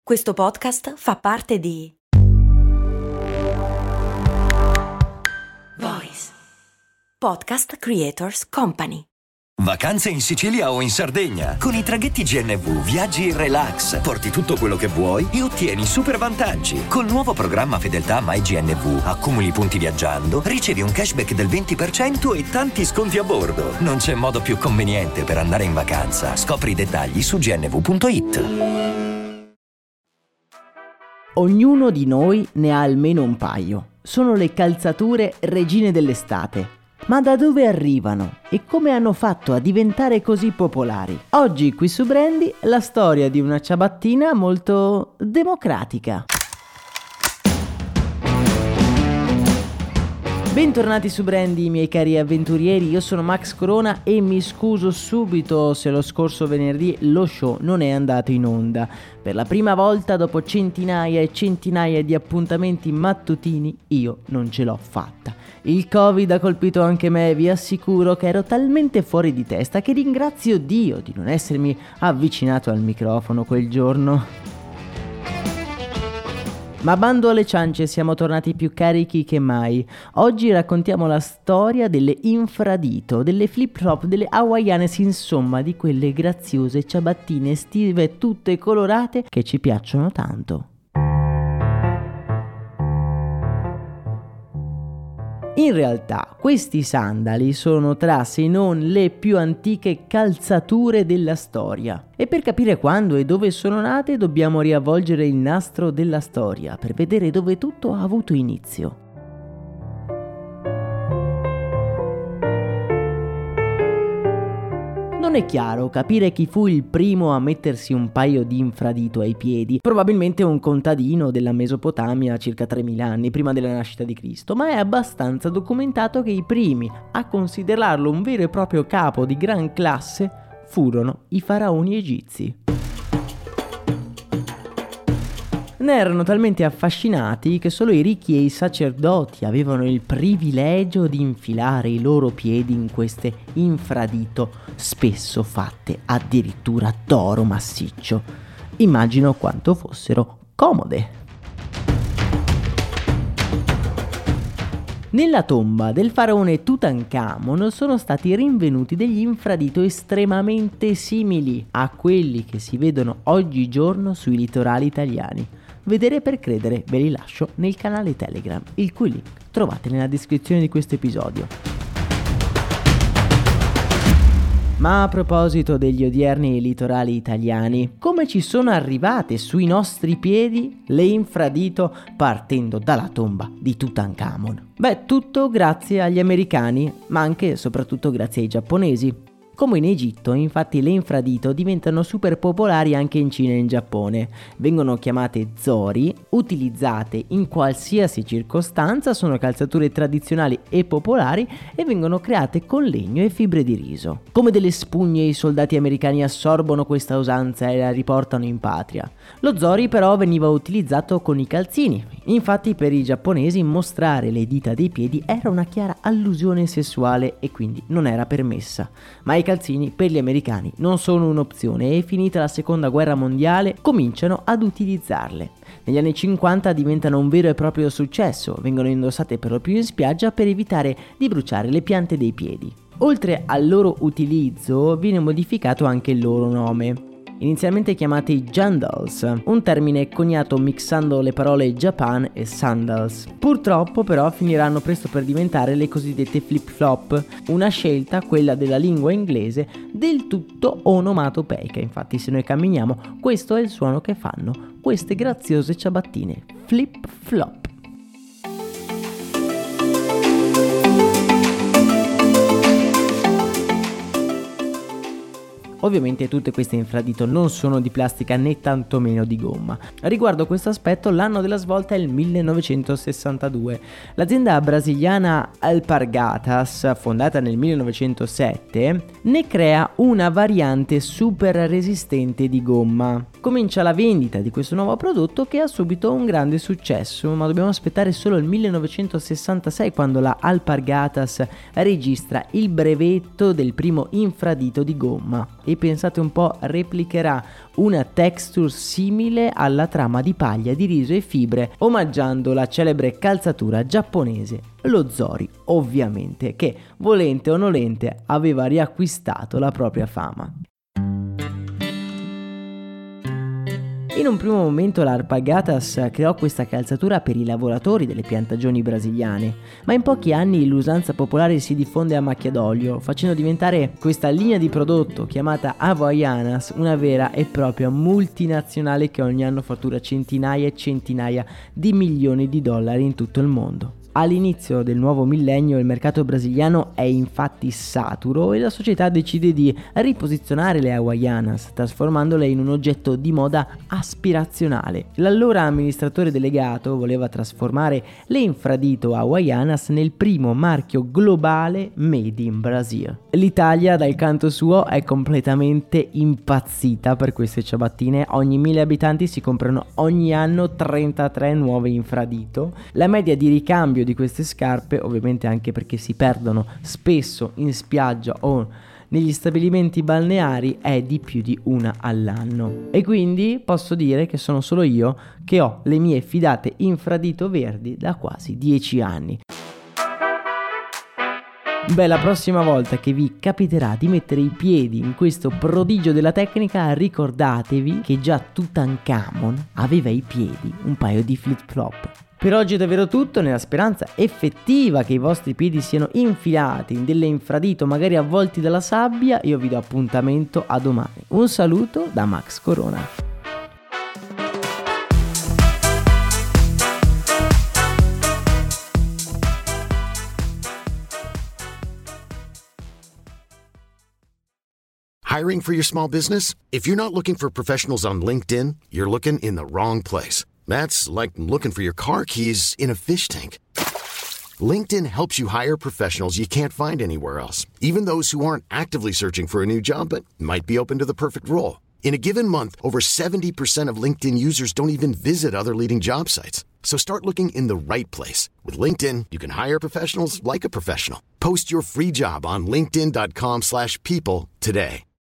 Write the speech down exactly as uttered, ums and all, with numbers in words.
Questo podcast fa parte di Voice Podcast Creators Company. Vacanze in Sicilia o in Sardegna. Con i traghetti G N V viaggi in relax, porti tutto quello che vuoi e ottieni super vantaggi. Col nuovo programma Fedeltà MyGNV accumuli punti viaggiando, ricevi un cashback del venti per cento e tanti sconti a bordo. Non c'è modo più conveniente per andare in vacanza. Scopri i dettagli su g n v punto i t. Ognuno di noi ne ha almeno un paio. Sono le calzature regine dell'estate. Ma da dove arrivano e come hanno fatto a diventare così popolari? Oggi qui su Brandy la storia di una ciabattina molto democratica. Bentornati su Brandy, miei cari avventurieri, io sono Max Corona e mi scuso subito se lo scorso venerdì lo show non è andato in onda. Per la prima volta dopo centinaia e centinaia di appuntamenti mattutini io non ce l'ho fatta. Il Covid ha colpito anche me, vi assicuro che ero talmente fuori di testa che ringrazio Dio di non essermi avvicinato al microfono quel giorno. Ma bando alle ciance, siamo tornati più carichi che mai. Oggi raccontiamo la storia delle infradito, delle flip-flop, delle hawaianes, insomma di quelle graziose ciabattine estive tutte colorate che ci piacciono tanto. In realtà questi sandali sono tra se non le più antiche calzature della storia. E per capire quando e dove sono nate dobbiamo riavvolgere il nastro della storia per vedere dove tutto ha avuto inizio. Non è chiaro capire chi fu il primo a mettersi un paio di infradito ai piedi, probabilmente un contadino della Mesopotamia circa tremila anni prima della nascita di Cristo, ma è abbastanza documentato che i primi a considerarlo un vero e proprio capo di gran classe furono i faraoni egizi. Ne erano talmente affascinati che solo i ricchi e i sacerdoti avevano il privilegio di infilare i loro piedi in queste infradito, spesso fatte addirittura d'oro massiccio. Immagino quanto fossero comode. Nella tomba del faraone Tutankhamon sono stati rinvenuti degli infradito estremamente simili a quelli che si vedono oggigiorno sui litorali italiani. Vedere per credere ve li lascio nel canale Telegram, il cui link trovate nella descrizione di questo episodio. Ma a proposito degli odierni litorali italiani, come ci sono arrivate sui nostri piedi le infradito partendo dalla tomba di Tutankhamon? Beh, tutto grazie agli americani, ma anche e soprattutto grazie ai giapponesi. Come in Egitto, infatti, le infradito diventano super popolari anche in Cina e in Giappone. Vengono chiamate zori, utilizzate in qualsiasi circostanza, sono calzature tradizionali e popolari e vengono create con legno e fibre di riso. Come delle spugne i soldati americani assorbono questa usanza e la riportano in patria. Lo zori però veniva utilizzato con i calzini. Infatti per i giapponesi mostrare le dita dei piedi era una chiara allusione sessuale e quindi non era permessa. Ma i calzini per gli americani non sono un'opzione e finita la seconda guerra mondiale cominciano ad utilizzarle. Negli anni cinquanta diventano un vero e proprio successo, vengono indossate per lo più in spiaggia per evitare di bruciare le piante dei piedi. Oltre al loro utilizzo viene modificato anche il loro nome. Inizialmente chiamati jandals, un termine coniato mixando le parole Japan e sandals. Purtroppo però finiranno presto per diventare le cosiddette flip-flop, una scelta, quella della lingua inglese, del tutto onomatopeica. Infatti se noi camminiamo, questo è il suono che fanno queste graziose ciabattine, flip-flop. Ovviamente tutte queste infradito non sono di plastica né tantomeno di gomma. Riguardo questo aspetto, l'anno della svolta è il millenovecentosessantadue. L'azienda brasiliana Alpargatas, fondata nel millenovecentosette, ne crea una variante super resistente di gomma. Comincia la vendita di questo nuovo prodotto che ha subito un grande successo, ma dobbiamo aspettare solo il millenovecentosessantasei quando la Alpargatas registra il brevetto del primo infradito di gomma. E pensate un po', replicherà una texture simile alla trama di paglia di riso e fibre, omaggiando la celebre calzatura giapponese, lo Zori, ovviamente, che volente o nolente aveva riacquistato la propria fama. In un primo momento la Alpargatas creò questa calzatura per i lavoratori delle piantagioni brasiliane, ma in pochi anni l'usanza popolare si diffonde a macchia d'olio, facendo diventare questa linea di prodotto chiamata Havaianas una vera e propria multinazionale che ogni anno fattura centinaia e centinaia di milioni di dollari in tutto il mondo. All'inizio del nuovo millennio il mercato brasiliano è infatti saturo e la società decide di riposizionare le Havaianas, trasformandole in un oggetto di moda aspirazionale. L'allora amministratore delegato voleva trasformare le infradito Havaianas nel primo marchio globale made in Brazil. L'Italia, dal canto suo, è completamente impazzita per queste ciabattine. Ogni mille abitanti si comprano ogni anno trentatré nuove infradito. La media di ricambio di queste scarpe, ovviamente anche perché si perdono spesso in spiaggia o negli stabilimenti balneari, è di più di una all'anno. E quindi posso dire che sono solo io che ho le mie fidate infradito verdi da quasi dieci anni. Beh, la prossima volta che vi capiterà di mettere i piedi in questo prodigio della tecnica, ricordatevi che già Tutankhamon aveva ai piedi un paio di flip-flop. Per oggi è davvero tutto, nella speranza effettiva che i vostri piedi siano infilati in delle infradito magari avvolti dalla sabbia. Io vi do appuntamento a domani. Un saluto da Max Corona. Hiring for your small business? If you're not looking for professionals on LinkedIn, you're looking in the wrong place. That's like looking for your car keys in a fish tank. LinkedIn helps you hire professionals you can't find anywhere else, even those who aren't actively searching for a new job but might be open to the perfect role. In a given month, over seventy percent of LinkedIn users don't even visit other leading job sites. So start looking in the right place. With LinkedIn, you can hire professionals like a professional. Post your free job on linkedin dot com slash people today.